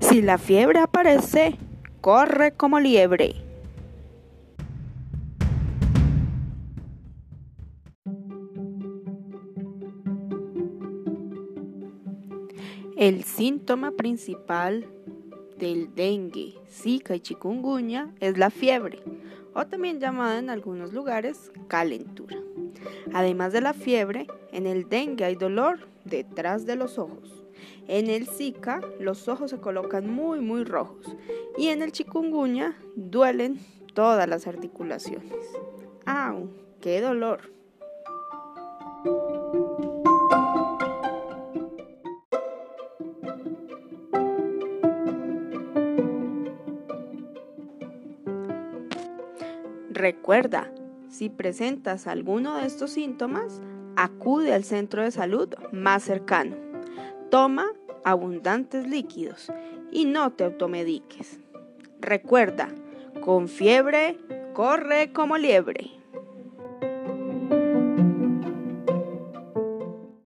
Si la fiebre aparece, corre como liebre. El síntoma principal del dengue, zika y chikungunya es la fiebre, o también llamada en algunos lugares calentura. Además de la fiebre, en el dengue hay dolor detrás de los ojos. En el zika, los ojos se colocan muy rojos. Y en el chikungunya, duelen todas las articulaciones. ¡Au! ¡Qué dolor! Recuerda, si presentas alguno de estos síntomas, acude al centro de salud más cercano. Toma abundantes líquidos y no te automediques. Recuerda, con fiebre, corre como liebre.